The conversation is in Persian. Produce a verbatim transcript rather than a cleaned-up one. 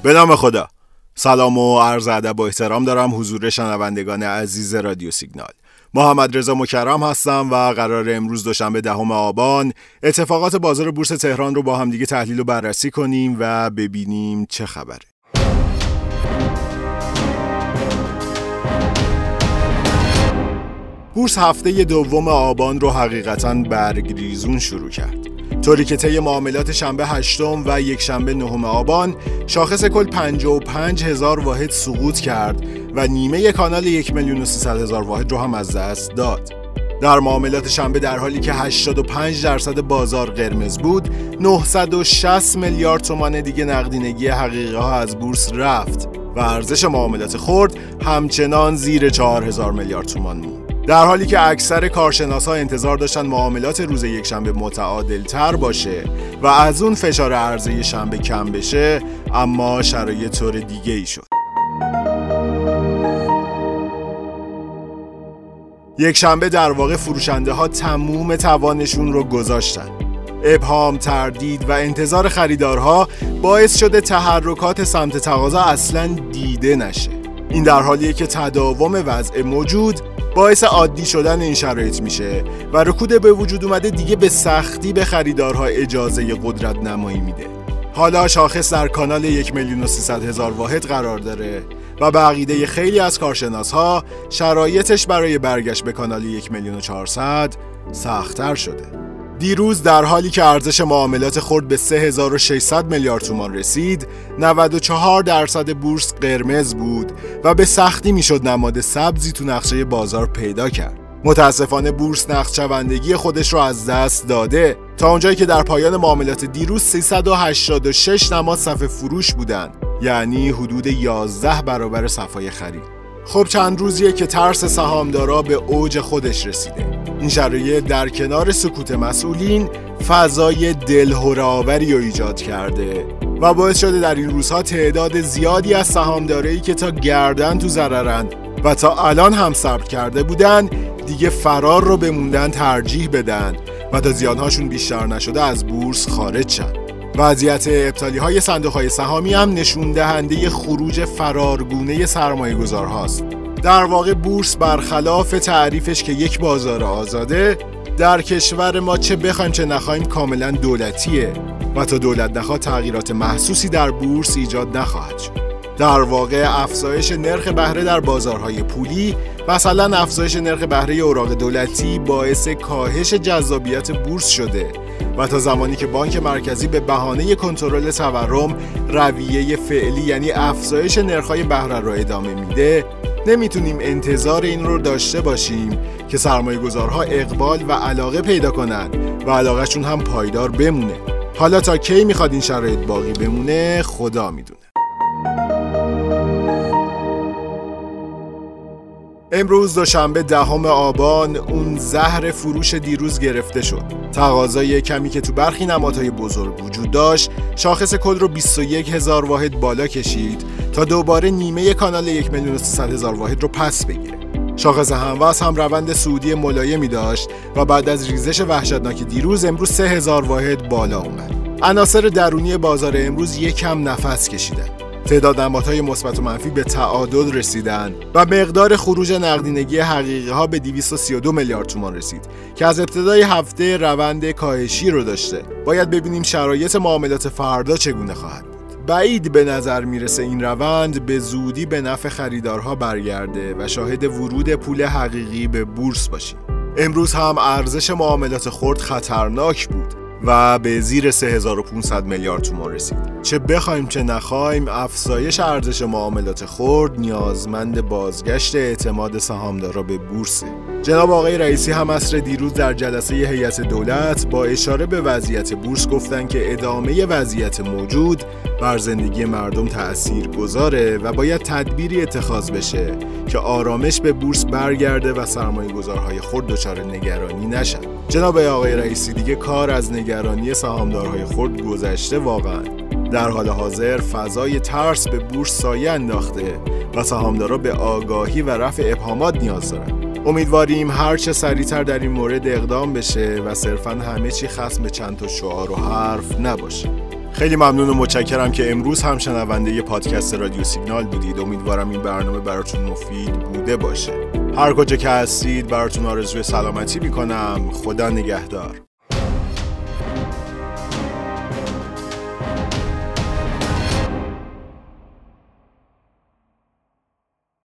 به نام خدا. سلام و عرض ادب و احترام دارم حضور شنوندگان عزیز رادیو سیگنال. محمد رضا مکرم هستم و قرار امروز دوشنبه دهم آبان اتفاقات بازار بورس تهران رو با هم دیگه تحلیل و بررسی کنیم و ببینیم چه خبره. بورس هفته دوم آبان رو حقیقتاً برگریزون شروع کرد، طوری که طی معاملات شنبه هشتم و یک شنبه نهم آبان شاخص کل پنجاه و پنج هزار واحد سقوط کرد و نیمه کانال یک میلیون و سیصد هزار واحد رو هم از دست داد. در معاملات شنبه در حالی که هشتاد و پنج درصد بازار قرمز بود، نهصد و شصت میلیارد تومان دیگه نقدینگی حقیقی ها از بورس رفت و ارزش معاملات خرد همچنان زیر چهار هزار میلیارد تومان موند. در حالی که اکثر کارشناسا انتظار داشتن معاملات روز یک شنبه متعادل تر باشه و از اون فشار عرضه شنبه کم بشه، اما شرایط طور دیگه ای شد. یک شنبه در واقع فروشنده ها تموم توانشون رو گذاشتن. ابهام، تردید و انتظار خریدارها باعث شده تحرکات سمت تقاضا اصلاً دیده نشه. این در حالیه که تداوم وضع موجود باعث عادی شدن این شرایط میشه و رکود به وجود اومده دیگه به سختی به خریدارها اجازه قدرت نمایی میده. حالا شاخص در کانال یک میلیون و سیصد هزار واحد قرار داره و به عقیده خیلی از کارشناسها شرایطش برای برگشت به کانال یک میلیون و چهارصد سخت‌تر شده. دیروز در حالی که ارزش معاملات خرد به سه هزار و ششصد میلیارد تومان رسید، نود و چهار درصد بورس قرمز بود و به سختی میشد نماد سبزی تو نقشه بازار پیدا کرد. متاسفانه بورس نقشه‌بندی خودش رو از دست داده، تا اونجایی که در پایان معاملات دیروز سیصد و هشتاد و شش نماد صف فروش بودن، یعنی حدود یازده برابر صفای خرید. خب چند روزیه که ترس سهامدارا به اوج خودش رسیده. این شرایط در کنار سکوت مسئولین فضای دلهره‌آوری رو ایجاد کرده و باعث شده در این روزها تعداد زیادی از سهامدارایی که تا گردن تو ضررن و تا الان هم صبر کرده بودن دیگه فرار رو به موندن ترجیح بدن و تا زیانهاشون بیشتر نشده از بورس خارج شن. وضعیت ابطالی های صندوق های سهامی هم نشون دهنده خروج فرارگونه سرمایه گذار هاست. در واقع بورس برخلاف تعریفش که یک بازار آزاده، در کشور ما چه بخوایم چه نخوایم کاملا دولتیه و تا دولت نخواد تغییرات محسوسی در بورس ایجاد نخواهد شد. در واقع افزایش نرخ بهره در بازارهای پولی، مثلا افزایش نرخ بهره اوراق دولتی، باعث کاهش جذابیت بورس شده و تا زمانی که بانک مرکزی به بهانه کنترل تورم رویه فعلی یعنی افزایش نرخ‌های بهره را ادامه میده، نمیتونیم انتظار این رو داشته باشیم که سرمایه‌گذارها اقبال و علاقه پیدا کنن و علاقهشون هم پایدار بمونه. حالا تا کی میخواد این شرایط باقی بمونه خدا میدونه. امروز دوشنبه دهم آبان اون زهر فروش دیروز گرفته شد. تقاضای کمی که تو برخی نمادهای بزرگ وجود داشت شاخص کل رو بیست و یک هزار واحد بالا کشید تا دوباره نیمه کانال یک میلیون و سیصد هزار واحد رو پس بگیره. شاخص هموز هم روند صعودی ملایمی داشت و بعد از ریزش وحشتناک دیروز امروز سه هزار واحد بالا اومد. عناصر درونی بازار امروز یکم نفس کشیدن. تعداد نمادهای مثبت و منفی به تعادل رسیدن و مقدار خروج نقدینگی حقیقی ها به دویست و سی و دو میلیارد تومان رسید که از ابتدای هفته روند کاهشی رو داشته. باید ببینیم شرایط معاملات فردا چگونه خواهد بود. بعید به نظر میرسه این روند به زودی به نفع خریدارها برگرده و شاهد ورود پول حقیقی به بورس باشیم. امروز هم ارزش معاملات خرد خطرناک بود و به زیر سه هزار و پانصد میلیارد تومان رسید. چه بخوایم چه نخوایم افزایش ارزش معاملات خرد نیازمند بازگشت اعتماد سهامدارا به بورسه. جناب آقای رئیسی هم عصر دیروز در جلسه هیئت دولت با اشاره به وضعیت بورس گفتن که ادامه وضعیت موجود بر زندگی مردم تأثیر گذاره و باید تدبیری اتخاذ بشه که آرامش به بورس برگرده و سرمایه گذارهای خرد دچار نگرانی نشن. جناب آقای رئیسی دیگه کار از نگرانی سهامدارهای خرد گذشته. واقعا در حال حاضر فضای ترس به بورس سایه انداخته و سهامدارا به آگاهی و رفع ابهامات نیاز دارن. امیدواریم هر چه سریعتر در این مورد اقدام بشه و صرفاً همه چی خصم چند تا شعار و حرف نباشه. خیلی ممنون و متشکرم که امروز هم شنونده ی پادکست رادیو سیگنال بودید. امیدوارم این برنامه براتون مفید بوده باشه. هر کجا که هستید براتون آرزوی سلامتی میکنم. خدا نگهدار.